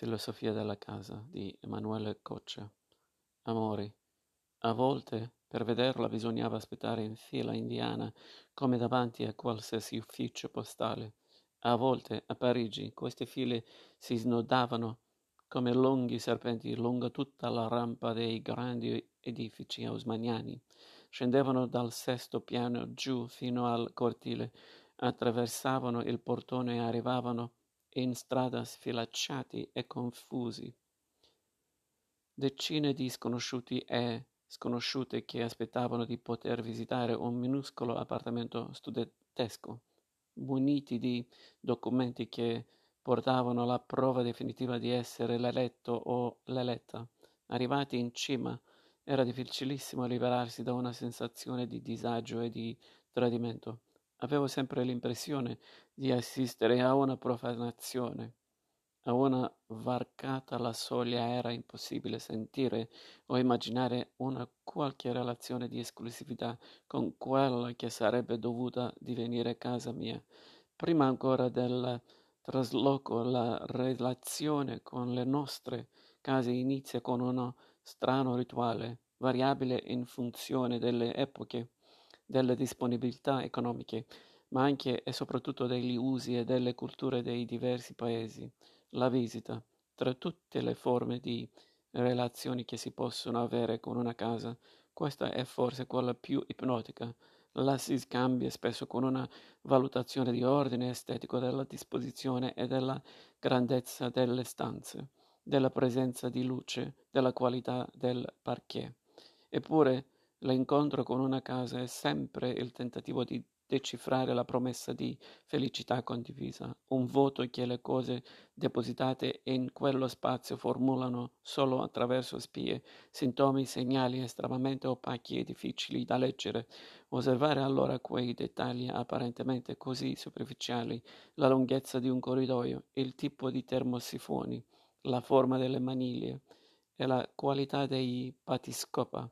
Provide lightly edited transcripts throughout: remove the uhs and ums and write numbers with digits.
Filosofia della casa di Emanuele Coccia. Amori. A volte per vederla bisognava aspettare in fila indiana come davanti a qualsiasi ufficio postale. A volte a Parigi queste file si snodavano come lunghi serpenti lungo tutta la rampa dei grandi edifici haussmanniani. Scendevano dal sesto piano giù fino al cortile, attraversavano il portone e arrivavano in strada sfilacciati e confusi. Decine di sconosciuti e sconosciute che aspettavano di poter visitare un minuscolo appartamento studentesco, muniti di documenti che portavano la prova definitiva di essere l'eletto o l'eletta. Arrivati in cima, era difficilissimo liberarsi da una sensazione di disagio e di tradimento. Avevo sempre l'impressione di assistere a una profanazione. A una varcata la soglia era impossibile sentire o immaginare una qualche relazione di esclusività con quella che sarebbe dovuta divenire casa mia. Prima ancora del trasloco, la relazione con le nostre case inizia con uno strano rituale, variabile in funzione delle epoche, delle disponibilità economiche, ma anche e soprattutto degli usi e delle culture dei diversi paesi. La visita, tra tutte le forme di relazioni che si possono avere con una casa, questa è forse quella più ipnotica. La si scambia spesso con una valutazione di ordine estetico della disposizione e della grandezza delle stanze, della presenza di luce, della qualità del parquet. Eppure l'incontro con una casa è sempre il tentativo di decifrare la promessa di felicità condivisa, un voto che le cose depositate in quello spazio formulano solo attraverso spie, sintomi, segnali estremamente opachi e difficili da leggere. Osservare allora quei dettagli apparentemente così superficiali, la lunghezza di un corridoio, il tipo di termosifoni, la forma delle maniglie e la qualità dei batiscopa,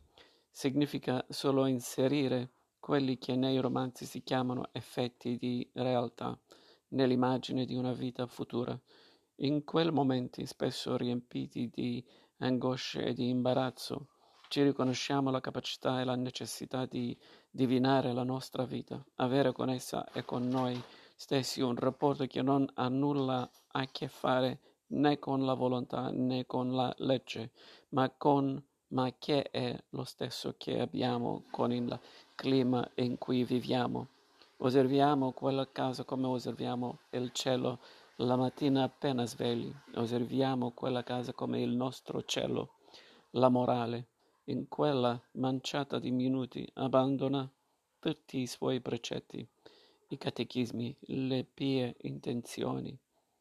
significa solo inserire quelli che nei romanzi si chiamano effetti di realtà nell'immagine di una vita futura. In quei momenti, spesso riempiti di angosce e di imbarazzo, ci riconosciamo la capacità e la necessità di divinare la nostra vita, avere con essa e con noi stessi un rapporto che non ha nulla a che fare né con la volontà né con la legge, ma che è lo stesso che abbiamo con il clima in cui viviamo. Osserviamo quella casa come osserviamo il cielo la mattina appena svegli. Osserviamo quella casa come il nostro cielo. La morale, in quella manciata di minuti, abbandona tutti i suoi precetti, i catechismi, le pie intenzioni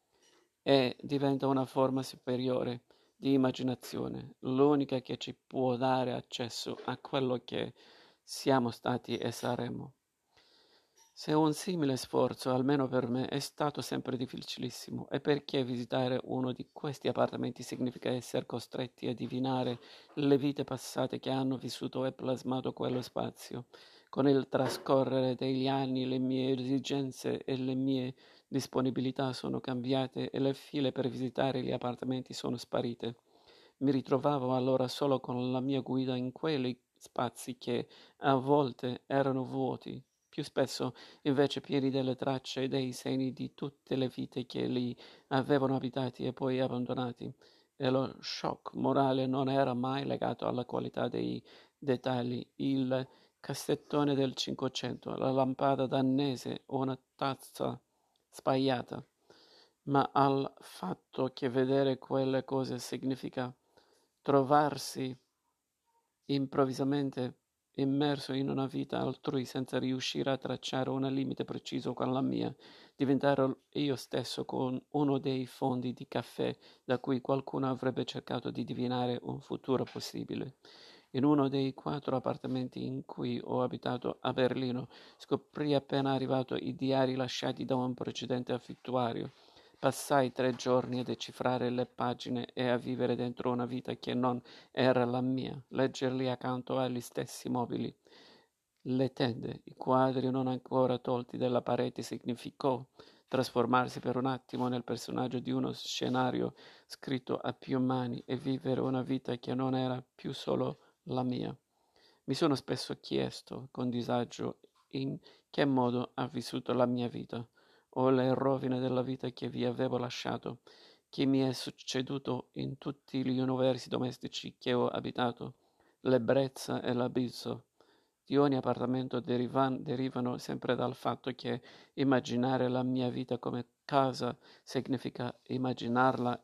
e diventa una forma superiore di immaginazione, l'unica che ci può dare accesso a quello che siamo stati e saremo. Se un simile sforzo, almeno per me, è stato sempre difficilissimo, è perché visitare uno di questi appartamenti significa essere costretti a divinare le vite passate che hanno vissuto e plasmato quello spazio. Con il trascorrere degli anni le mie esigenze e le mie disponibilità sono cambiate e le file per visitare gli appartamenti sono sparite. Mi ritrovavo allora solo con la mia guida in quegli spazi che a volte erano vuoti, più spesso invece pieni delle tracce e dei segni di tutte le vite che li avevano abitati e poi abbandonati. E lo shock morale non era mai legato alla qualità dei dettagli, il cassettone del Cinquecento, la lampada dannese o una tazza spaiata, ma al fatto che vedere quelle cose significa trovarsi improvvisamente immerso in una vita altrui senza riuscire a tracciare un limite preciso con la mia, diventare io stesso con uno dei fondi di caffè da cui qualcuno avrebbe cercato di divinare un futuro possibile. In uno dei 4 appartamenti in cui ho abitato a Berlino, scoprì appena arrivato i diari lasciati da un precedente affittuario. Passai 3 giorni a decifrare le pagine e a vivere dentro una vita che non era la mia, leggerli accanto agli stessi mobili. Le tende, i quadri non ancora tolti dalla parete significò trasformarsi per un attimo nel personaggio di uno scenario scritto a più mani e vivere una vita che non era più solo la mia. Mi sono spesso chiesto con disagio in che modo ha vissuto la mia vita, o le rovine della vita che vi avevo lasciato, che mi è succeduto in tutti gli universi domestici che ho abitato, l'ebbrezza e l'abisso di ogni appartamento derivano sempre dal fatto che immaginare la mia vita come casa significa immaginarla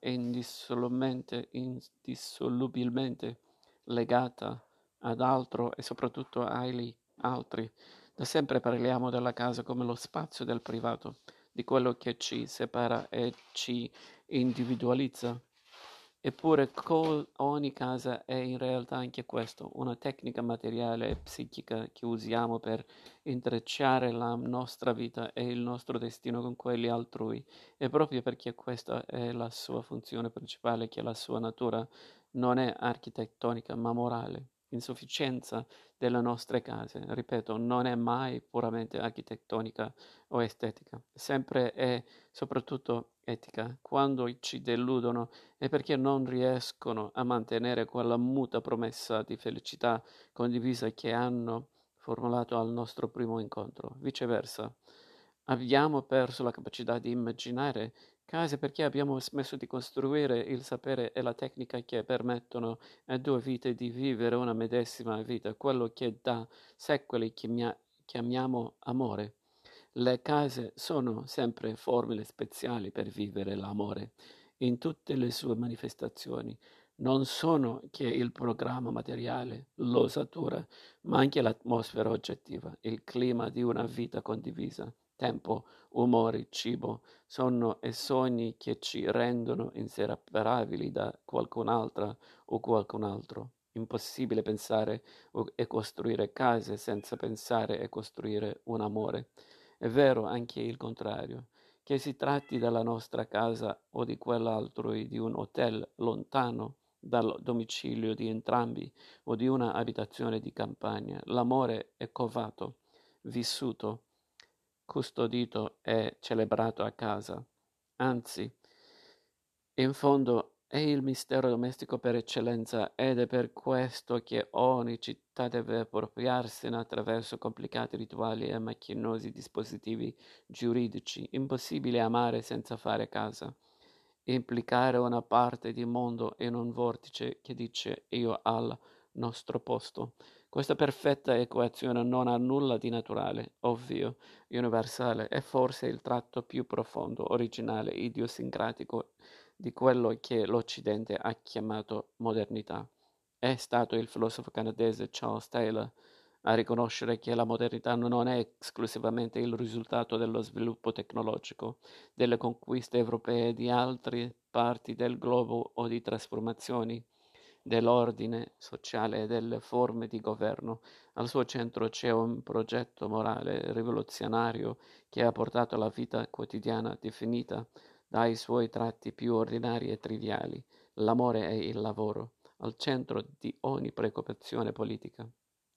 indissolubilmente legata ad altro e soprattutto agli altri. Da sempre parliamo della casa come lo spazio del privato, di quello che ci separa e ci individualizza. Eppure ogni casa è in realtà anche questo, una tecnica materiale e psichica che usiamo per intrecciare la nostra vita e il nostro destino con quelli altrui. E proprio perché questa è la sua funzione principale, che la sua natura non è architettonica ma morale. Insufficienza delle nostre case, ripeto, non è mai puramente architettonica o estetica, sempre e soprattutto etica. Quando ci deludono è perché non riescono a mantenere quella muta promessa di felicità condivisa che hanno formulato al nostro primo incontro. Viceversa, abbiamo perso la capacità di immaginare case perché abbiamo smesso di costruire il sapere e la tecnica che permettono a due vite di vivere una medesima vita, quello che da secoli chiamiamo amore. Le case sono sempre formule speciali per vivere l'amore in tutte le sue manifestazioni. Non sono che il programma materiale, l'osatura, ma anche l'atmosfera oggettiva, il clima di una vita condivisa, tempo, umori, cibo, sonno e sogni che ci rendono inseparabili da qualcun'altra o qualcun altro. Impossibile pensare e costruire case senza pensare e costruire un amore. È vero anche il contrario, che si tratti della nostra casa o di quella altrui, di un hotel lontano dal domicilio di entrambi o di una abitazione di campagna. L'amore è covato, vissuto, custodito e celebrato a casa. Anzi, in fondo è il mistero domestico per eccellenza ed è per questo che ogni città deve appropriarsene attraverso complicati rituali e macchinosi dispositivi giuridici. Impossibile amare senza fare casa. Implicare una parte di mondo in un vortice che dice io al nostro posto. Questa perfetta equazione non ha nulla di naturale, ovvio, universale, è forse il tratto più profondo, originale, idiosincratico di quello che l'Occidente ha chiamato modernità. È stato il filosofo canadese Charles Taylor a riconoscere che la modernità non è esclusivamente il risultato dello sviluppo tecnologico, delle conquiste europee di altre parti del globo o di trasformazioni dell'ordine sociale e delle forme di governo. Al suo centro c'è un progetto morale rivoluzionario che ha portato la vita quotidiana definita dai suoi tratti più ordinari e triviali, l'amore e il lavoro, al centro di ogni preoccupazione politica,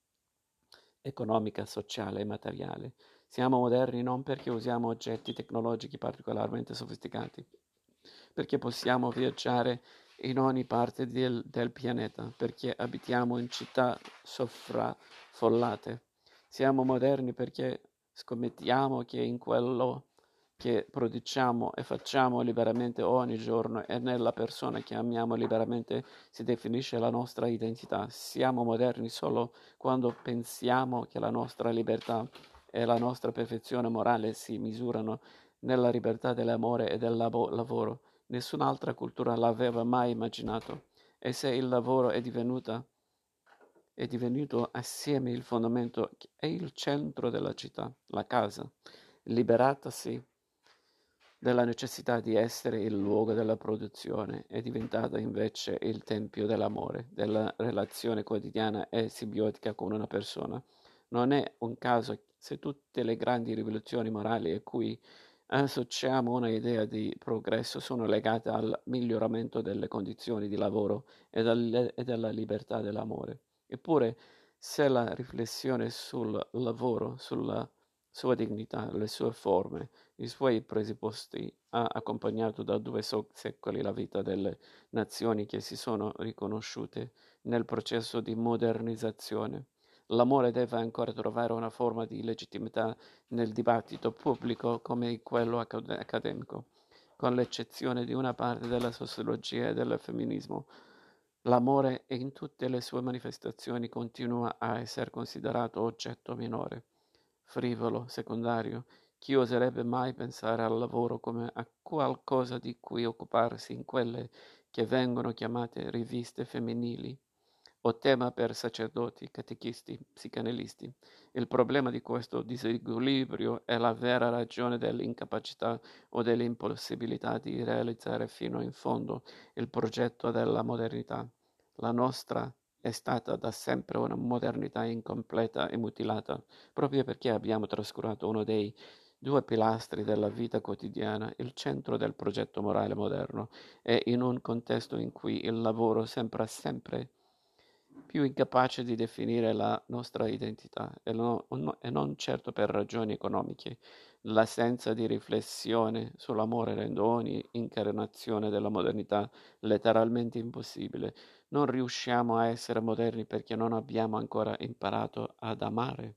economica, sociale e materiale. Siamo moderni non perché usiamo oggetti tecnologici particolarmente sofisticati, perché possiamo viaggiare in ogni parte del pianeta, perché abitiamo in città sovraffollate. Siamo moderni perché scommettiamo che in quello che produciamo e facciamo liberamente ogni giorno e nella persona che amiamo liberamente si definisce la nostra identità. Siamo moderni solo quando pensiamo che la nostra libertà e la nostra perfezione morale si misurano nella libertà dell'amore e del lavoro. Nessun'altra cultura l'aveva mai immaginato. E se il lavoro è divenuto assieme il fondamento e il centro della città, la casa, liberatasi della necessità di essere il luogo della produzione, è diventata invece il tempio dell'amore, della relazione quotidiana e simbiotica con una persona. Non è un caso se tutte le grandi rivoluzioni morali a cui associamo una idea di progresso sono legate al miglioramento delle condizioni di lavoro e della libertà dell'amore. Eppure, se la riflessione sul lavoro, sua dignità, le sue forme, i suoi presupposti, ha accompagnato da 2 secoli la vita delle nazioni che si sono riconosciute nel processo di modernizzazione. L'amore deve ancora trovare una forma di legittimità nel dibattito pubblico come quello accademico, con l'eccezione di una parte della sociologia e del femminismo. L'amore in tutte le sue manifestazioni continua a essere considerato oggetto minore, frivolo, secondario. Chi oserebbe mai pensare al lavoro come a qualcosa di cui occuparsi in quelle che vengono chiamate riviste femminili? O tema per sacerdoti, catechisti, psicanalisti. Il problema di questo disequilibrio è la vera ragione dell'incapacità o dell'impossibilità di realizzare fino in fondo il progetto della modernità. La nostra è stata da sempre una modernità incompleta e mutilata, proprio perché abbiamo trascurato uno dei 2 pilastri della vita quotidiana, il centro del progetto morale moderno, e in un contesto in cui il lavoro sembra sempre più incapace di definire la nostra identità, e non certo per ragioni economiche. L'assenza di riflessione sull'amore rende ogni incarnazione della modernità letteralmente impossibile. Non riusciamo a essere moderni perché non abbiamo ancora imparato ad amare.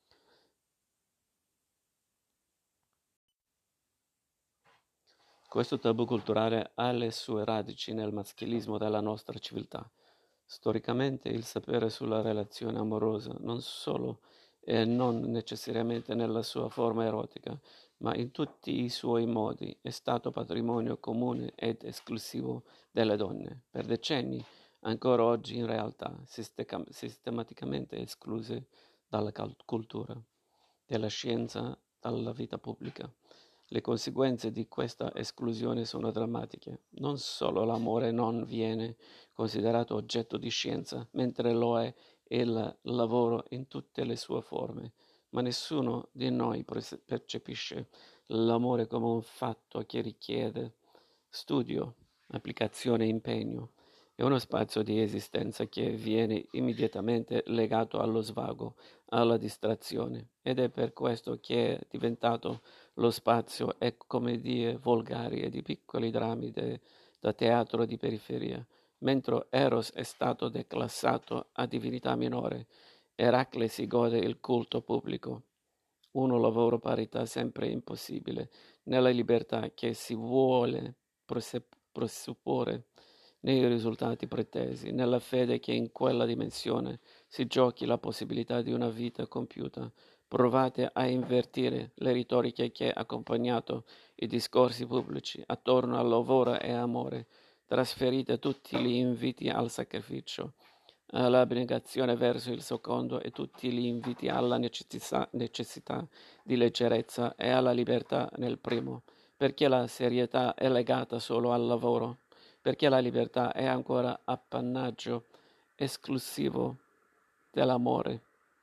Questo tabù culturale ha le sue radici nel maschilismo della nostra civiltà. Storicamente il sapere sulla relazione amorosa non solo e non necessariamente nella sua forma erotica, ma in tutti i suoi modi è stato patrimonio comune ed esclusivo delle donne, per decenni, ancora oggi in realtà sistematicamente escluse dalla cultura, dalla scienza, dalla vita pubblica. Le conseguenze di questa esclusione sono drammatiche. Non solo l'amore non viene considerato oggetto di scienza, mentre lo è il lavoro in tutte le sue forme, ma nessuno di noi percepisce l'amore come un fatto che richiede studio, applicazione e impegno. È uno spazio di esistenza che viene immediatamente legato allo svago, alla distrazione, ed è per questo che è diventato lo spazio è commedie volgari e di piccoli drammi da teatro di periferia. Mentre Eros è stato declassato a divinità minore, Eracle si gode il culto pubblico. Uno lavoro parità sempre impossibile, nella libertà che si vuole presupporre nei risultati pretesi, nella fede che in quella dimensione si giochi la possibilità di una vita compiuta. Provate a invertire le retoriche che accompagnato i discorsi pubblici attorno al lavoro e amore. Trasferite tutti gli inviti al sacrificio, all'abnegazione verso il secondo e tutti gli inviti alla necessità di leggerezza e alla libertà nel primo, perché la serietà è legata solo al lavoro, perché la libertà è ancora appannaggio esclusivo dell'amore.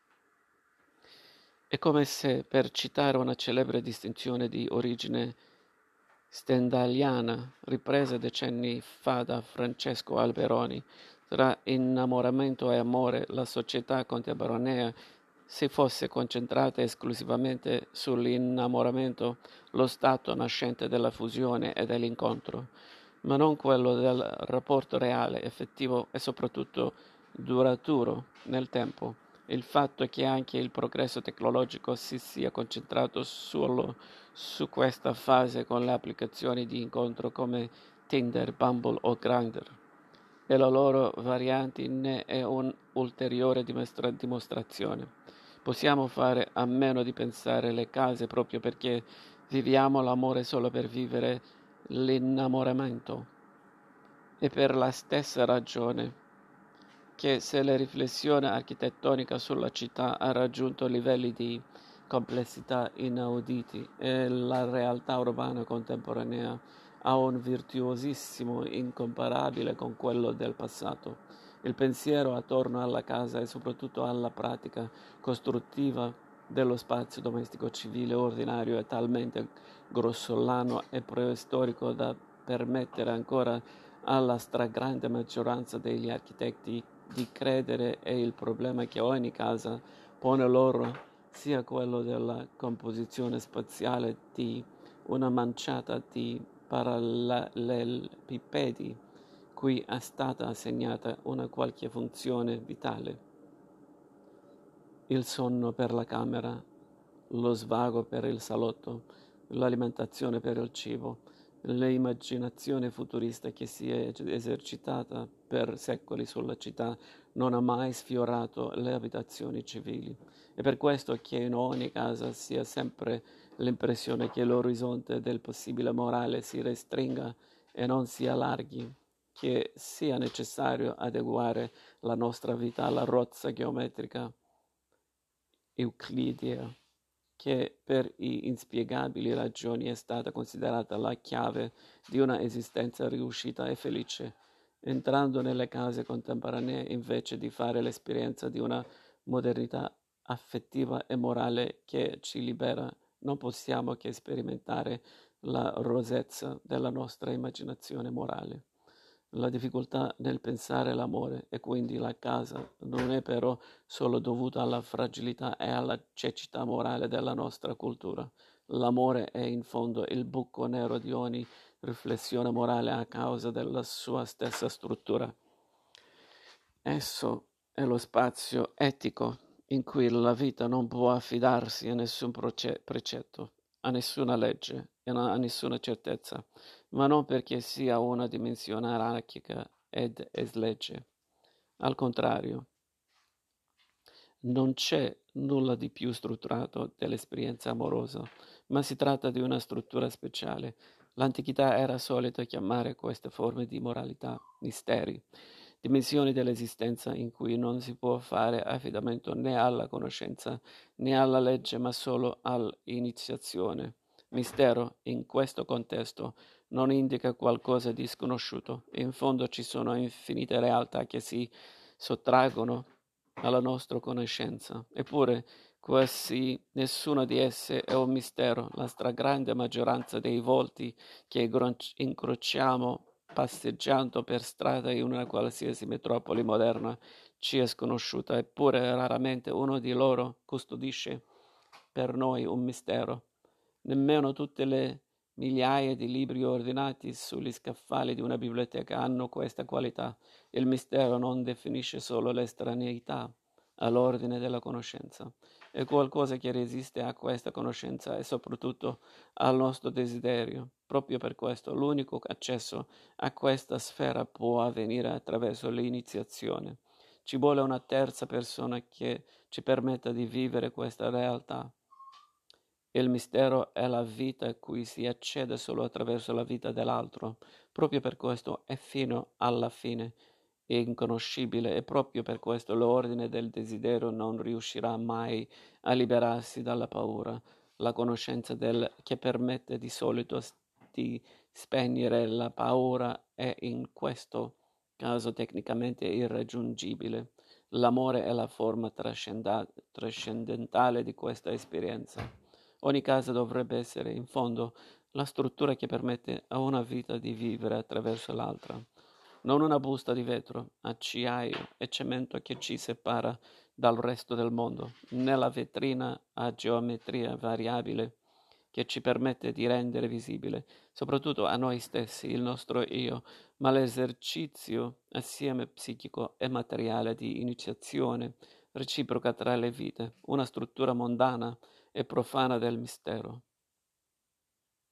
È come se, per citare una celebre distinzione di origine stendhaliana, ripresa decenni fa da Francesco Alberoni, tra innamoramento e amore, la società contemporanea si fosse concentrata esclusivamente sull'innamoramento, lo stato nascente della fusione e dell'incontro, ma non quello del rapporto reale, effettivo e soprattutto duraturo nel tempo. Il fatto che anche il progresso tecnologico si sia concentrato solo su questa fase con le applicazioni di incontro come Tinder, Bumble o Grindr e la loro varianti ne è un'ulteriore dimostrazione. Possiamo fare a meno di pensare le case proprio perché viviamo l'amore solo per vivere l'innamoramento e per la stessa ragione che se la riflessione architettonica sulla città ha raggiunto livelli di complessità inauditi e la realtà urbana contemporanea ha un virtuosismo incomparabile con quello del passato. Il pensiero attorno alla casa e soprattutto alla pratica costruttiva dello spazio domestico civile ordinario è talmente grossolano e preistorico da permettere ancora alla stragrande maggioranza degli architetti di credere è il problema che ogni casa pone loro sia quello della composizione spaziale di una manciata di parallelepipedi cui è stata assegnata una qualche funzione vitale. Il sonno per la camera, lo svago per il salotto, l'alimentazione per il cibo, l'immaginazione futurista che si è esercitata per secoli sulla città non ha mai sfiorato le abitazioni civili. È per questo che in ogni casa si ha sempre l'impressione che l'orizzonte del possibile morale si restringa e non si allarghi, che sia necessario adeguare la nostra vita alla rozza geometrica euclidea, che per inspiegabili ragioni è stata considerata la chiave di una esistenza riuscita e felice. Entrando nelle case contemporanee, invece di fare l'esperienza di una modernità affettiva e morale che ci libera, non possiamo che sperimentare la rosezza della nostra immaginazione morale. La difficoltà nel pensare l'amore e quindi la casa non è però solo dovuta alla fragilità e alla cecità morale della nostra cultura. L'amore è in fondo il buco nero di ogni riflessione morale a causa della sua stessa struttura. Esso è lo spazio etico in cui la vita non può affidarsi a nessun precetto, a nessuna legge e a nessuna certezza, ma non perché sia una dimensione anarchica ed eslegge. Al contrario, non c'è nulla di più strutturato dell'esperienza amorosa, ma si tratta di una struttura speciale. L'antichità era solita chiamare queste forme di moralità misteri, dimensioni dell'esistenza in cui non si può fare affidamento né alla conoscenza né alla legge, ma solo all'iniziazione. Mistero, in questo contesto, non indica qualcosa di sconosciuto. In fondo ci sono infinite realtà che si sottraggono alla nostra conoscenza. Eppure, quasi nessuna di esse è un mistero. La stragrande maggioranza dei volti che incrociamo passeggiando per strada in una qualsiasi metropoli moderna ci è sconosciuta, eppure raramente uno di loro custodisce per noi un mistero. Nemmeno tutte le migliaia di libri ordinati sugli scaffali di una biblioteca hanno questa qualità. Il mistero non definisce solo l'estraneità all'ordine della conoscenza, è qualcosa che resiste a questa conoscenza e soprattutto al nostro desiderio. Proprio per questo l'unico accesso a questa sfera può avvenire attraverso l'iniziazione. Ci vuole una terza persona che ci permetta di vivere questa realtà. Il mistero è la vita a cui si accede solo attraverso la vita dell'altro. Proprio per questo è fino alla fine inconoscibile e proprio per questo l'ordine del desiderio non riuscirà mai a liberarsi dalla paura. La conoscenza che permette di solito di spegnere la paura è in questo caso tecnicamente irraggiungibile. L'amore è la forma trascendentale di questa esperienza. Ogni casa dovrebbe essere, in fondo, la struttura che permette a una vita di vivere attraverso l'altra. Non una busta di vetro, acciaio e cemento che ci separa dal resto del mondo, né la vetrina a geometria variabile che ci permette di rendere visibile, soprattutto a noi stessi, il nostro io, ma l'esercizio assieme psichico e materiale di iniziazione reciproca tra le vite, una struttura mondana e profana del mistero.